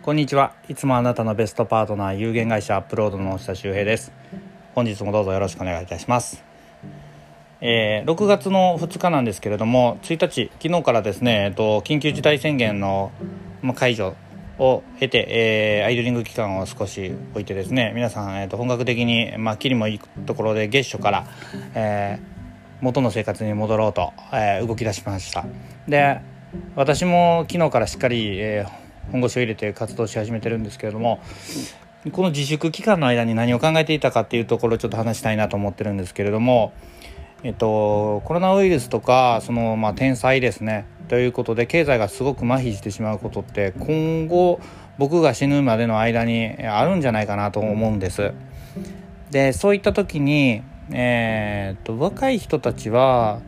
こんにちは。いつもあなたのベストパートナー有限会社アップロードの下周平です。本日もどうぞよろしくお願いいたします。6月の2日なんですけれども、1日昨日からですね、緊急事態宣言の解除を経て、アイドリング期間を少し置いてですね、皆さん、本格的に、切りもいいところで月初から、元の生活に戻ろうと、動き出しました。で、私も昨日からしっかり、本腰を入れて活動し始めてるんですけれども、この自粛期間の間に何を考えていたかっていうところをちょっと話したいなと思ってるんですけれども、コロナウイルスとか天災ですねということで経済がすごく麻痺してしまうことって今後僕が死ぬまでの間にあるんじゃないかなと思うんです。で、そういった時に、若い人たちは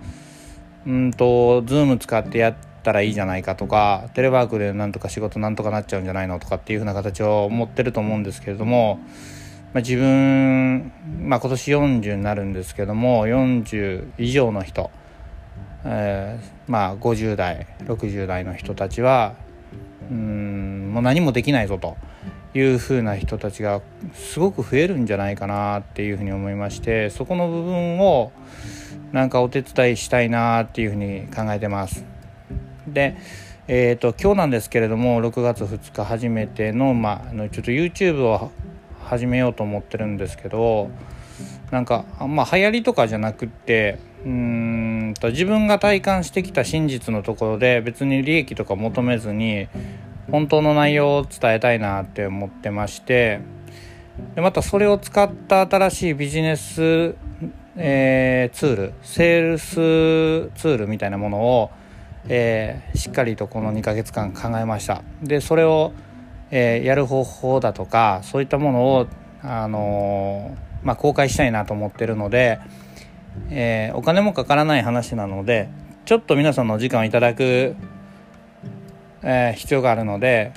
Zoom 使ってやったらいいじゃないかとか、テレワークでなんとか仕事なんとかなっちゃうんじゃないのとかっていう風な形を持ってると思うんですけれども、自分、今年40になるんですけども、40以上の人、50代60代の人たちはもう何もできないぞという風な人たちがすごく増えるんじゃないかなっていうふうに思いまして、そこの部分をなんかお手伝いしたいなっていうふうに考えてます。で、今日なんですけれども6月2日初めての、ちょっと YouTube を始めようと思ってるんですけど、なんか流行りとかじゃなくって自分が体感してきた真実のところで別に利益とか求めずに本当の内容を伝えたいなって思ってまして、でまたそれを使った新しいビジネス、ツール、セールスツールみたいなものを、しっかりとこの2ヶ月間考えました。でそれを、やる方法だとかそういったものを、公開したいなと思ってるので、お金もかからない話なのでちょっと皆さんのお時間をいただく、必要があるので、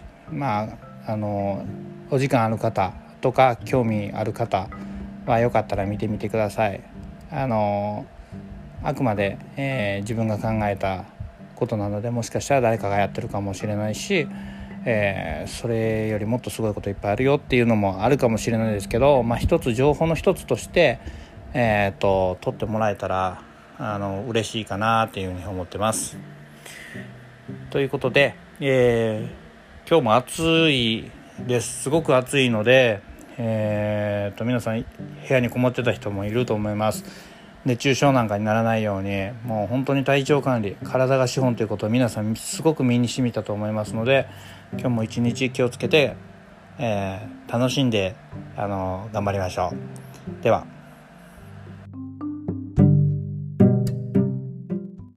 お時間ある方とか興味ある方はよかったら見てみてください。あくまで、自分が考えたことなので、もしかしたら誰かがやってるかもしれないし、それよりもっとすごいこといっぱいあるよっていうのもあるかもしれないですけど、一つ情報の一つとして、取ってもらえたら嬉しいかなっていうふうに思ってます。ということで、今日も暑いです。すごく暑いので、皆さん部屋にこもってた人もいると思います。熱中症なんかにならないように、もう本当に体調管理、体が資本ということを皆さんすごく身に染みたと思いますので、今日も一日気をつけて、楽しんで頑張りましょう。では。